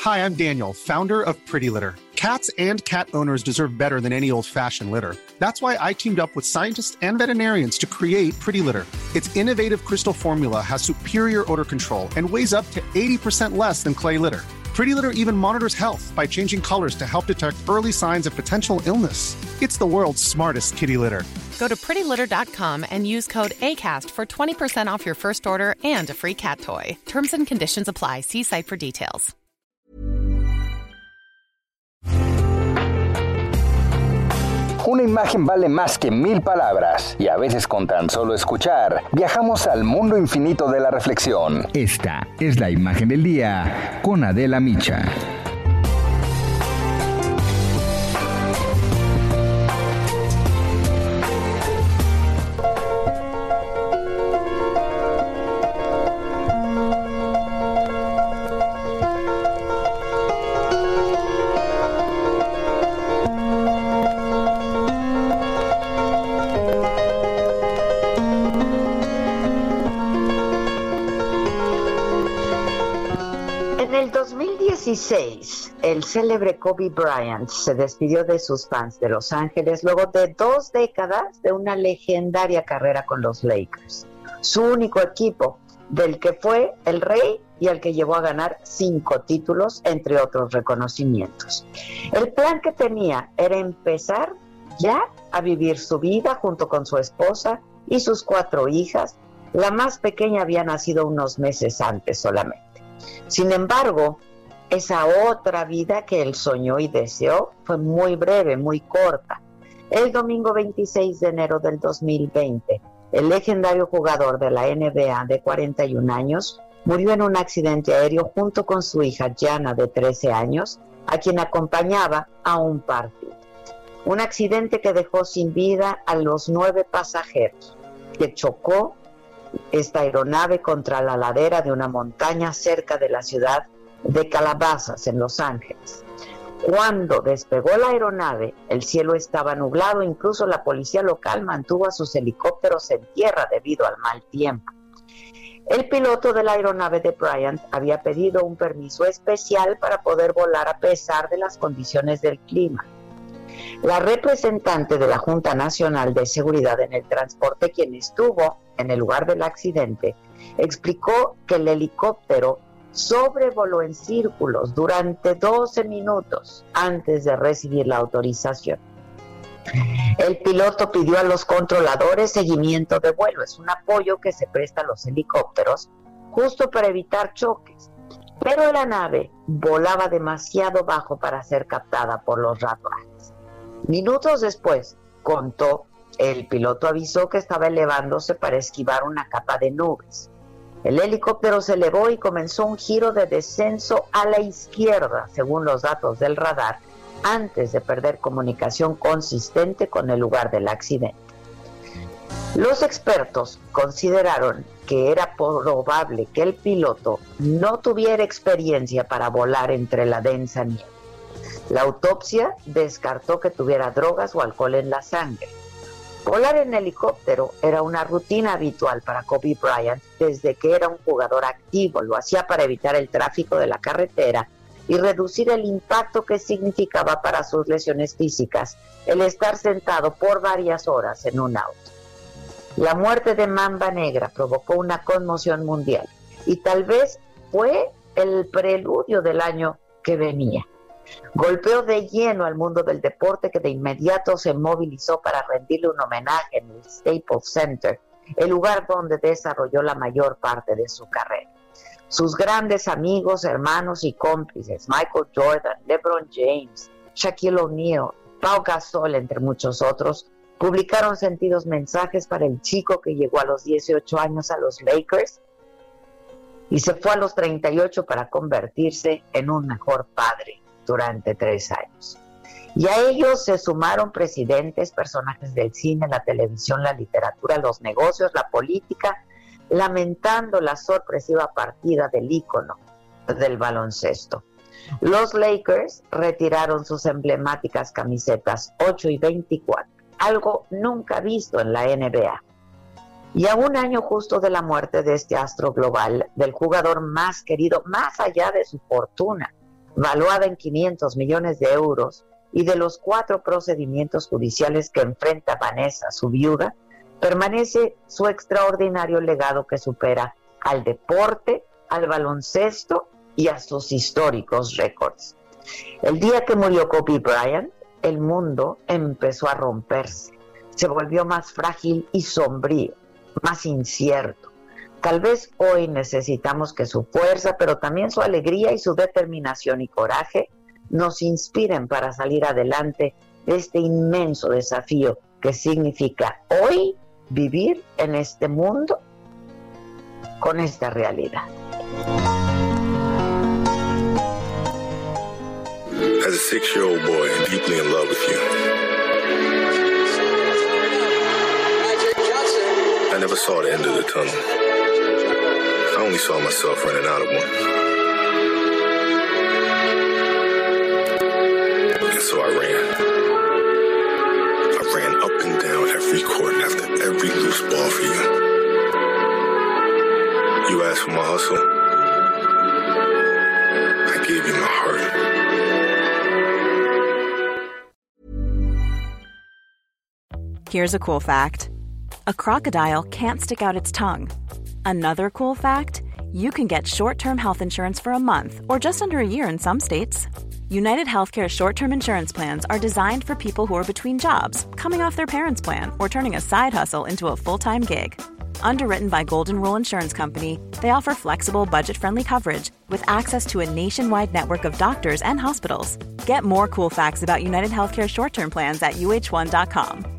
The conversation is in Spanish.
Hi, I'm Daniel, founder of Pretty Litter. Cats and cat owners deserve better than any old-fashioned litter. That's why I teamed up with scientists and veterinarians to create Pretty Litter. Its innovative crystal formula has superior odor control and weighs up to 80% less than clay litter. Pretty Litter even monitors health by changing colors to help detect early signs of potential illness. It's the world's smartest kitty litter. Go to prettylitter.com and use code ACAST for 20% off your first order and a free cat toy. Terms and conditions apply. See site for details. Una imagen vale más que 1000 palabras, y a veces con tan solo escuchar, viajamos al mundo infinito de la reflexión. Esta es la imagen del día con Adela Micha. El célebre Kobe Bryant se despidió de sus fans de Los Ángeles luego de 2 décadas de una legendaria carrera con los Lakers, su único equipo, del que fue el rey y al que llevó a ganar 5 títulos, entre otros reconocimientos. El plan que tenía era empezar ya a vivir su vida junto con su esposa y sus 4 hijas. La más pequeña había nacido unos meses antes solamente. Sin embargo, esa otra vida que él soñó y deseó fue muy breve, muy corta. El domingo 26 de enero del 2020, el legendario jugador de la NBA de 41 años murió en un accidente aéreo junto con su hija Gianna, de 13 años, a quien acompañaba a un partido. Un accidente que dejó sin vida a los 9 pasajeros, que chocó esta aeronave contra la ladera de una montaña cerca de la ciudad de Calabasas, en Los Ángeles. Cuando despegó la aeronave, el cielo estaba nublado, incluso la policía local mantuvo a sus helicópteros en tierra debido al mal tiempo. El piloto de la aeronave de Bryant había pedido un permiso especial para poder volar a pesar de las condiciones del clima. La representante de la Junta Nacional de Seguridad en el Transporte, quien estuvo en el lugar del accidente, explicó que el helicóptero sobrevoló en círculos durante 12 minutos antes de recibir la autorización. El piloto pidió a los controladores seguimiento de vuelo. Es un apoyo que se presta a los helicópteros justo para evitar choques, pero la nave volaba demasiado bajo para ser captada por los radares. Minutos después, contó, el piloto avisó que estaba elevándose para esquivar una capa de nubes. El helicóptero se elevó y comenzó un giro de descenso a la izquierda, según los datos del radar, antes de perder comunicación consistente con el lugar del accidente. Los expertos consideraron que era probable que el piloto no tuviera experiencia para volar entre la densa nieve. La autopsia descartó que tuviera drogas o alcohol en la sangre. Volar en helicóptero era una rutina habitual para Kobe Bryant desde que era un jugador activo. Lo hacía para evitar el tráfico de la carretera y reducir el impacto que significaba para sus lesiones físicas el estar sentado por varias horas en un auto. La muerte de Mamba Negra provocó una conmoción mundial y tal vez fue el preludio del año que venía. Golpeó de lleno al mundo del deporte, que de inmediato se movilizó para rendirle un homenaje en el Staples Center, el lugar donde desarrolló la mayor parte de su carrera. Sus grandes amigos, hermanos y cómplices, Michael Jordan, LeBron James, Shaquille O'Neal, Pau Gasol, entre muchos otros, publicaron sentidos mensajes para el chico que llegó a los 18 años a los Lakers y se fue a los 38 para convertirse en un mejor padre durante 3 años. Y a ellos se sumaron presidentes, personajes del cine, la televisión, la literatura, los negocios, la política, lamentando la sorpresiva partida del ícono del baloncesto. Los Lakers retiraron sus emblemáticas camisetas 8 y 24, algo nunca visto en la NBA. Y a un año justo de la muerte de este astro global, del jugador más querido, más allá de su fortuna, valuada en 500 millones de euros, y de los 4 procedimientos judiciales que enfrenta Vanessa, su viuda, permanece su extraordinario legado que supera al deporte, al baloncesto y a sus históricos récords. El día que murió Kobe Bryant, el mundo empezó a romperse. Se volvió más frágil y sombrío, más incierto. Tal vez hoy necesitamos que su fuerza, pero también su alegría y su determinación y coraje nos inspiren para salir adelante de este inmenso desafío que significa hoy vivir en este mundo con esta realidad. As a 6-year-old boy, I'm deeply in love with you. I never saw the end of the tunnel. I only saw myself running out of one. And so I ran. I ran up and down every court after every loose ball for you. You asked for my hustle. I gave you my heart. Here's a cool fact. A crocodile can't stick out its tongue. Another cool fact, you can get short-term health insurance for a month or just under a year in some states. United Healthcare short-term insurance plans are designed for people who are between jobs, coming off their parents' plan, or turning a side hustle into a full-time gig. Underwritten by Golden Rule Insurance Company, they offer flexible, budget-friendly coverage with access to a nationwide network of doctors and hospitals. Get more cool facts about United Healthcare short-term plans at uh1.com.